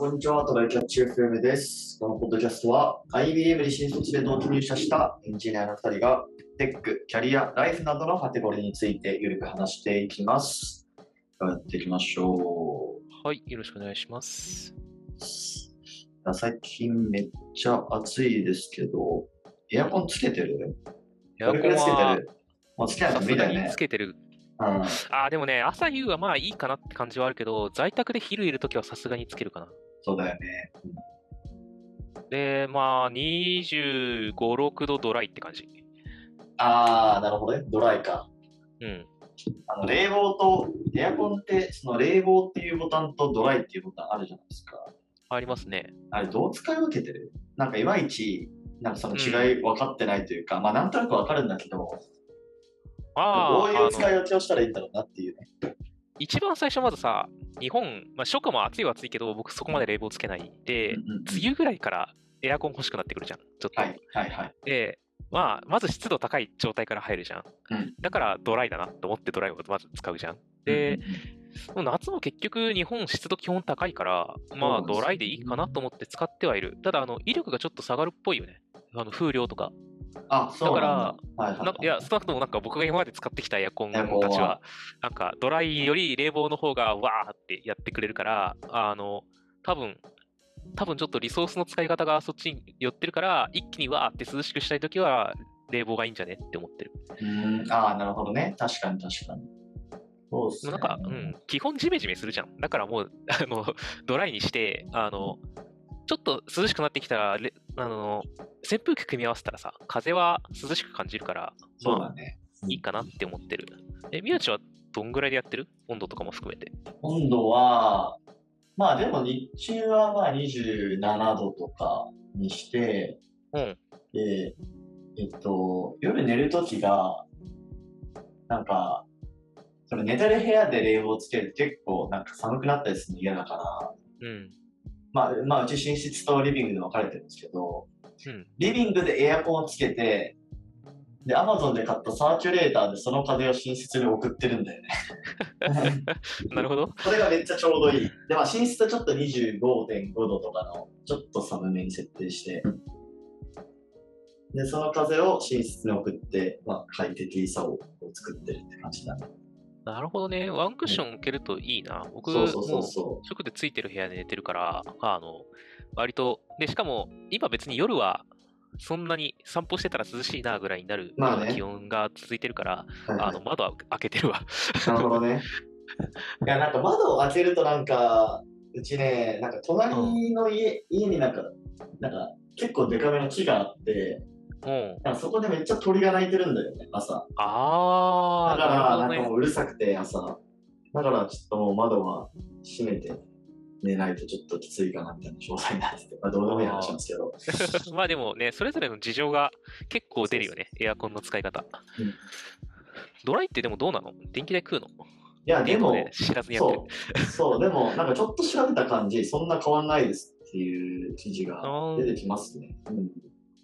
こんにちは、トライキャッチ FM です。このポッドキャストは IBM に新卒で同期入社したエンジニアの2人がテック、キャリア、ライフなどのカテゴリーについてゆるく話していきます。やっていきましょはい、よろしくお願いします。 最近めっちゃ暑いですけど、エアコンつけてる？ エアコンどれくらいつけてはる？もうつけないさすがにと無理だよね。 つけてる。 うん、 でもね、朝夕はまあいいかなって感じはあるけど、在宅で昼いるときはさすがにつけるかな。 そうだよね。 で、まあ25、6度ドライって感じ。 なるほどね。ドライか。 うん。 冷房と、エアコンって、その冷房っていうボタンとドライっていうボタンあるじゃないですか。 ありますね。 あれ、どう使い分けてる？なんかいまいち、なんかそのうん。 違い分かってないというか、まあなんとなく分かるんだけど、どうまあ、 いう使い分けをしたらいいんだろうなっていうね。 一番最初まずさ、日本、まあ初夏も暑いは暑いけど、僕そこまで冷房つけないで、梅雨ぐらいからエアコン欲しくなってくるじゃん、ちょっと。 はい、はい、はい。 で、まあ、まず湿度高い状態から入るじゃん。だからドライだなと思ってドライをまず使うじゃん。で、夏も結局日本湿度基本高いから、まあドライでいいかなと思って使ってはいる。ただ、威力がちょっと下がるっぽいよね。風量とか。 そうなんだ。はい、はい。 いや、少なくともなんか僕が今まで使ってきたエアコンエアコンは、 たちは、なんかドライより冷房の方がわーってやってくれるから、多分、ちょっとリソースの使い方がそっちに寄ってるから、一気にわーって涼しくしたいときは、冷房がいいんじゃねって思ってる。 なるほどね。確かに、確かに。そうっすね。 なんか、基本ジメジメするじゃん。だからもう、ドライにして、ちょっと涼しくなってきたら、扇風機組み合わせたらさ、風は涼しく感じるから、 そうだね。 いいかなって思ってる。宮地はどんぐらいでやってる？温度とかも含めて。 温度は、まあでも日中はまあ27度とかにして、 うん。 で、夜寝るときが、なんか、それ寝てる部屋で冷房つけると結構なんか寒くなったりするの嫌だから、 うん。 まあうち寝室とリビングで分かれてるんですけど、 うん。 リビングでエアコンをつけて、で、アマゾンで買ったサーキュレーターでその風を寝室に送ってるんだよね。 なるほど。 これがめっちゃちょうどいい。で、まあ寝室はちょっと25.5度とかの、ちょっと寒めに設定して、で、その風を寝室に送って、まあ快適さを作ってるって感じだね。 なるほどね。ワンクッション置けるといいな。僕、 そうそうそうもう、 そ直でついてる部屋で寝てるから、割と、で、しかも、今別に夜は、そんなに散歩してたら涼しいなぐらいになるう。まあような気ね。 温が続いてるから、 はいはい、 窓は開けてるわ。 なるほどね。いや、なんか窓を開けるとなんか、うちね、なんかうん。 隣の家になんか結構デカめの木があって、 うん。 なんかそこでめっちゃ鳥が鳴いてるんだよね、朝。だかなるほら、 どね。 なんかもううるさくて朝。だからちょっともう窓は閉めて寝ないとちょっときついかなみたいな状態になってて、まあどうでもいい話なんですけど。 まあでもね、それぞれの事情が結構出るよね。エアコンの使い方。 うん、いドライってでもどうなの？電気代食うのっや、 ていうのをね、 でも、 知らずにやってる。 でも、なんかちょっと調べた感じ、そんな変わんないですっていう記事が出てうん。 きますね。うん。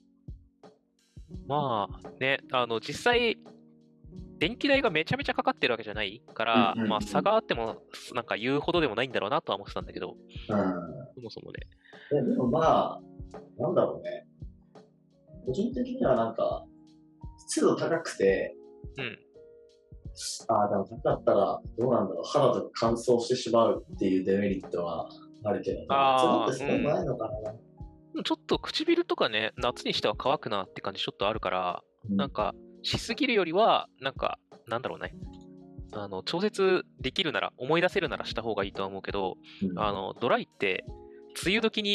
まあね、実際、電気代がめちゃめちゃかかってるわけじゃないかうんら、まあ差うんがあっても、なんか言うほどでもないんだろうなとは思ってたんだけど、 うん。うん。 そもそもね。 でもまあ、なんだろうね。個人的にはなんか、湿度高くて、 うん。 でもだったら、どうなんだろう。肌とか乾燥してしまうっていうデメリットはあるけど、でも夏場ってうそういうのん。 ないのかな。 ちょっと唇とかね、夏にしては乾くなって感じちょっとあるから、 うん、 なんか、しすぎるよりは、なんか、なんだろうね。調節できるなら、思い出せるならした方がいいとは思うけど、 うん、 ドライって、梅雨時に